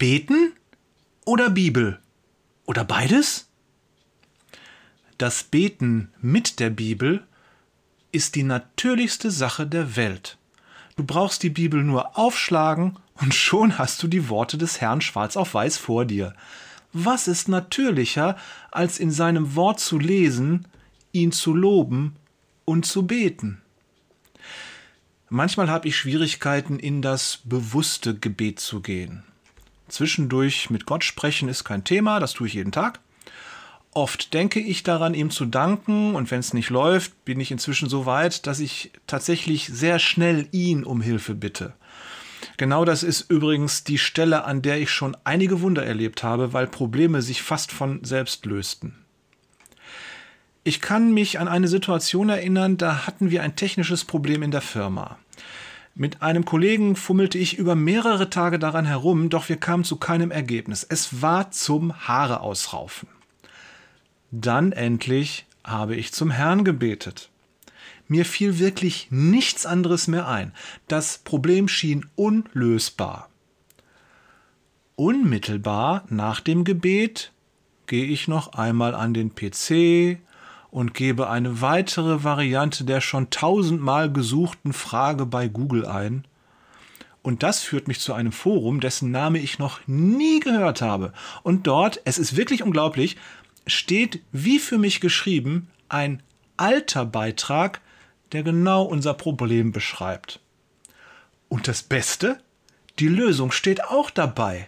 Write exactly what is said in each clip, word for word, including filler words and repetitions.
Beten oder Bibel? Oder beides? Das Beten mit der Bibel ist die natürlichste Sache der Welt. Du brauchst die Bibel nur aufschlagen und schon hast du die Worte des Herrn schwarz auf weiß vor dir. Was ist natürlicher, als in seinem Wort zu lesen, ihn zu loben und zu beten? Manchmal habe ich Schwierigkeiten, in das bewusste Gebet zu gehen. Zwischendurch mit Gott sprechen ist kein Thema, das tue ich jeden Tag. Oft denke ich daran, ihm zu danken, und wenn es nicht läuft, bin ich inzwischen so weit, dass ich tatsächlich sehr schnell ihn um Hilfe bitte. Genau das ist übrigens die Stelle, an der ich schon einige Wunder erlebt habe, weil Probleme sich fast von selbst lösten. Ich kann mich an eine Situation erinnern, da hatten wir ein technisches Problem in der Firma. Mit einem Kollegen fummelte ich über mehrere Tage daran herum, doch wir kamen zu keinem Ergebnis. Es war zum Haare ausraufen. Dann endlich habe ich zum Herrn gebetet. Mir fiel wirklich nichts anderes mehr ein. Das Problem schien unlösbar. Unmittelbar nach dem Gebet gehe ich noch einmal an den P C und gebe eine weitere Variante der schon tausendmal gesuchten Frage bei Google ein. Und das führt mich zu einem Forum, dessen Name ich noch nie gehört habe. Und dort, es ist wirklich unglaublich, steht wie für mich geschrieben ein alter Beitrag, der genau unser Problem beschreibt. Und das Beste? Die Lösung steht auch dabei.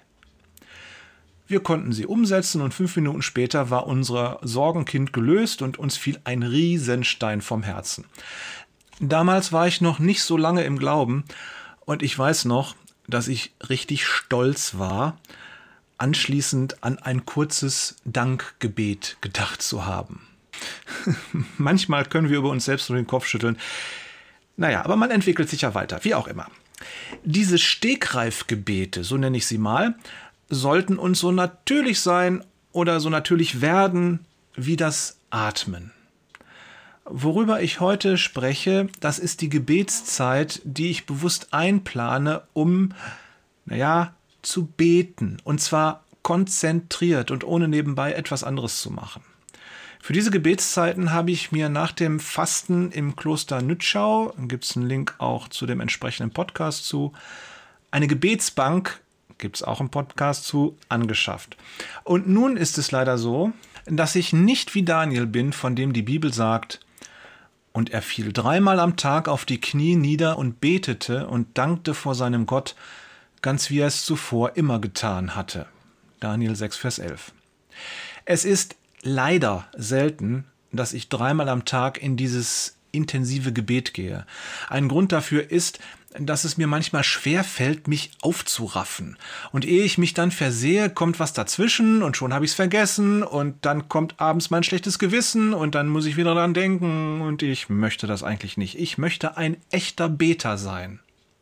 Wir konnten sie umsetzen und fünf Minuten später war unser Sorgenkind gelöst und uns fiel ein Riesenstein vom Herzen. Damals war ich noch nicht so lange im Glauben und ich weiß noch, dass ich richtig stolz war, anschließend an ein kurzes Dankgebet gedacht zu haben. Manchmal können wir über uns selbst nur den Kopf schütteln. Naja, aber man entwickelt sich ja weiter, wie auch immer. Diese Stegreifgebete, so nenne ich sie mal, sollten uns so natürlich sein oder so natürlich werden wie das Atmen. Worüber ich heute spreche, das ist die Gebetszeit, die ich bewusst einplane, um, naja, zu beten, und zwar konzentriert und ohne nebenbei etwas anderes zu machen. Für diese Gebetszeiten habe ich mir nach dem Fasten im Kloster Nützschau, gibt es einen Link auch zu dem entsprechenden Podcast zu, eine Gebetsbank, gibt es auch einen Podcast zu, angeschafft. Und nun ist es leider so, dass ich nicht wie Daniel bin, von dem die Bibel sagt, und er fiel dreimal am Tag auf die Knie nieder und betete und dankte vor seinem Gott, ganz wie er es zuvor immer getan hatte. Daniel sechs, Vers elf. Es ist leider selten, dass ich dreimal am Tag in dieses intensive Gebet gehe. Ein Grund dafür ist, dass es mir manchmal schwer fällt, mich aufzuraffen. Und ehe ich mich dann versehe, kommt was dazwischen und schon habe ich es vergessen und dann kommt abends mein schlechtes Gewissen und dann muss ich wieder dran denken und ich möchte das eigentlich nicht. Ich möchte ein echter Beter sein.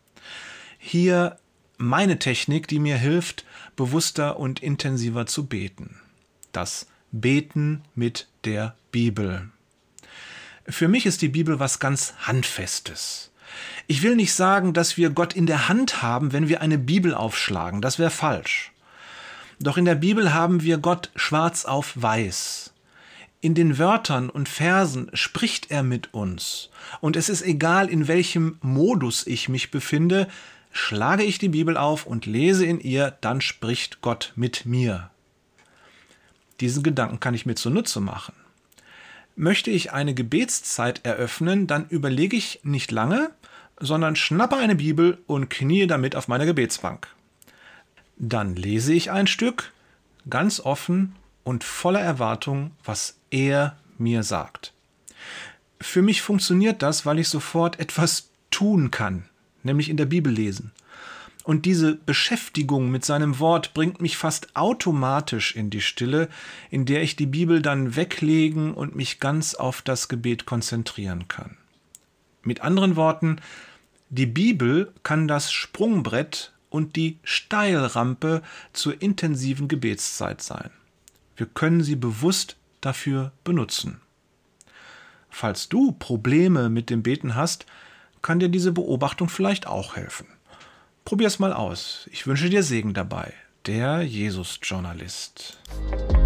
Hier meine Technik, die mir hilft, bewusster und intensiver zu beten. Das Beten mit der Bibel. Für mich ist die Bibel was ganz Handfestes. Ich will nicht sagen, dass wir Gott in der Hand haben, wenn wir eine Bibel aufschlagen. Das wäre falsch. Doch in der Bibel haben wir Gott schwarz auf weiß. In den Wörtern und Versen spricht er mit uns. Und es ist egal, in welchem Modus ich mich befinde, schlage ich die Bibel auf und lese in ihr, dann spricht Gott mit mir. Diesen Gedanken kann ich mir zunutze machen. Möchte ich eine Gebetszeit eröffnen, dann überlege ich nicht lange, sondern schnappe eine Bibel und kniee damit auf meiner Gebetsbank. Dann lese ich ein Stück, ganz offen und voller Erwartung, was er mir sagt. Für mich funktioniert das, weil ich sofort etwas tun kann, nämlich in der Bibel lesen. Und diese Beschäftigung mit seinem Wort bringt mich fast automatisch in die Stille, in der ich die Bibel dann weglegen und mich ganz auf das Gebet konzentrieren kann. Mit anderen Worten, die Bibel kann das Sprungbrett und die Steilrampe zur intensiven Gebetszeit sein. Wir können sie bewusst dafür benutzen. Falls du Probleme mit dem Beten hast, kann dir diese Beobachtung vielleicht auch helfen. Probier's mal aus. Ich wünsche dir Segen dabei. Der Jesus-Journalist.